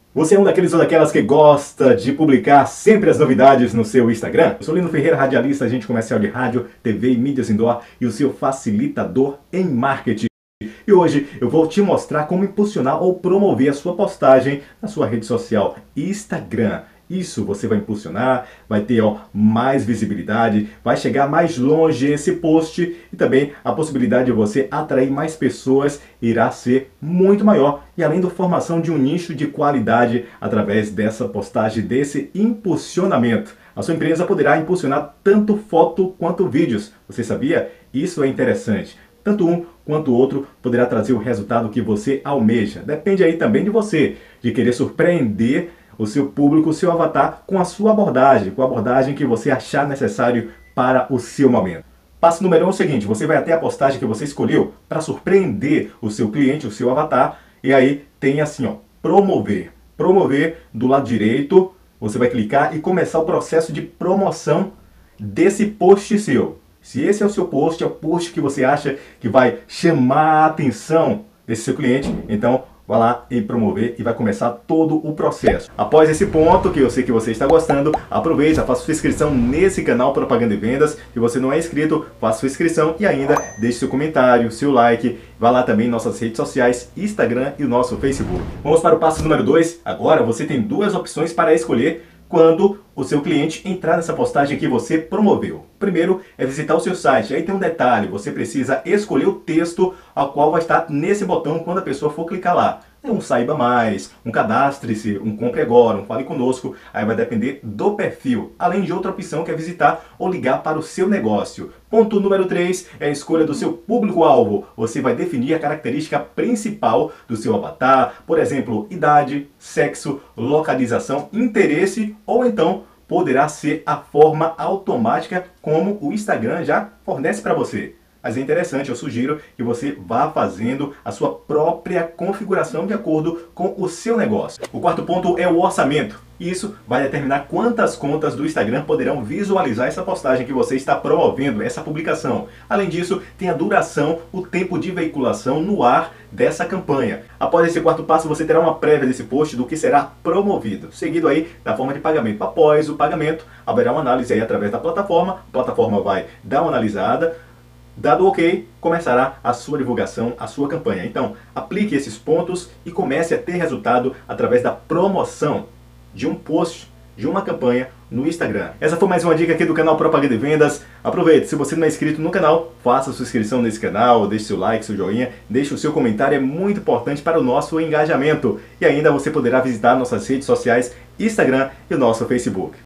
Você é um daqueles ou daquelas que gosta de publicar sempre as novidades no seu Instagram? Eu sou Lino Ferreira, radialista, agente comercial de rádio, TV e mídias indoor e o seu facilitador em marketing. E hoje eu vou te mostrar como impulsionar ou promover a sua postagem na sua rede social Instagram. Isso você vai impulsionar, vai ter mais visibilidade, vai chegar mais longe esse post e também a possibilidade de você atrair mais pessoas irá ser muito maior. E além da formação de um nicho de qualidade através dessa postagem, desse impulsionamento. A sua empresa poderá impulsionar tanto foto quanto vídeos. Você sabia? Isso é interessante. Tanto um quanto o outro poderá trazer o resultado que você almeja. Depende aí também de você, de querer surpreender o seu público, o seu avatar, com a sua abordagem, com a abordagem que você achar necessário para o seu momento. Passo número 1 é o seguinte: você vai até a postagem que você escolheu para surpreender o seu cliente, o seu avatar, e aí tem assim, promover. Promover do lado direito, você vai clicar e começar o processo de promoção desse post seu. Se esse é o seu post, é o post que você acha que vai chamar a atenção desse seu cliente, então vai lá e promover e vai começar todo o processo. Após esse ponto, que eu sei que você está gostando, aproveita, faça sua inscrição nesse canal Propaganda e Vendas. Se você não é inscrito, faça sua inscrição e ainda deixe seu comentário, seu like. Vá lá também em nossas redes sociais, Instagram e o nosso Facebook. Vamos para o passo número 2. Agora você tem duas opções para escolher quando o seu cliente entrar nessa postagem que você promoveu. Primeiro é visitar o seu site. Aí tem um detalhe: você precisa escolher o texto ao qual vai estar nesse botão quando a pessoa for clicar lá. É um saiba mais, um cadastre-se, um compre agora, um fale conosco. Aí vai depender do perfil. Além de outra opção que é visitar ou ligar para o seu negócio. Ponto número 3 é a escolha do seu público-alvo. Você vai definir a característica principal do seu avatar, por exemplo, idade, sexo, localização, interesse, ou então poderá ser a forma automática como o Instagram já fornece para você. Mas é interessante, eu sugiro que você vá fazendo a sua própria configuração de acordo com o seu negócio. O quarto ponto é o orçamento. Isso vai determinar quantas contas do Instagram poderão visualizar essa postagem que você está promovendo, essa publicação. Além disso, tem a duração, o tempo de veiculação no ar dessa campanha. Após esse quarto passo, você terá uma prévia desse post do que será promovido, seguido aí da forma de pagamento. Após o pagamento, haverá uma análise aí através da plataforma. A plataforma vai dar uma analisada. Dado o ok, começará a sua divulgação, a sua campanha. Então, aplique esses pontos e comece a ter resultado através da promoção de um post, de uma campanha no Instagram. Essa foi mais uma dica aqui do canal Propaganda e Vendas. Aproveite, se você não é inscrito no canal, faça sua inscrição nesse canal, deixe seu like, seu joinha, deixe o seu comentário, é muito importante para o nosso engajamento. E ainda você poderá visitar nossas redes sociais, Instagram e o nosso Facebook.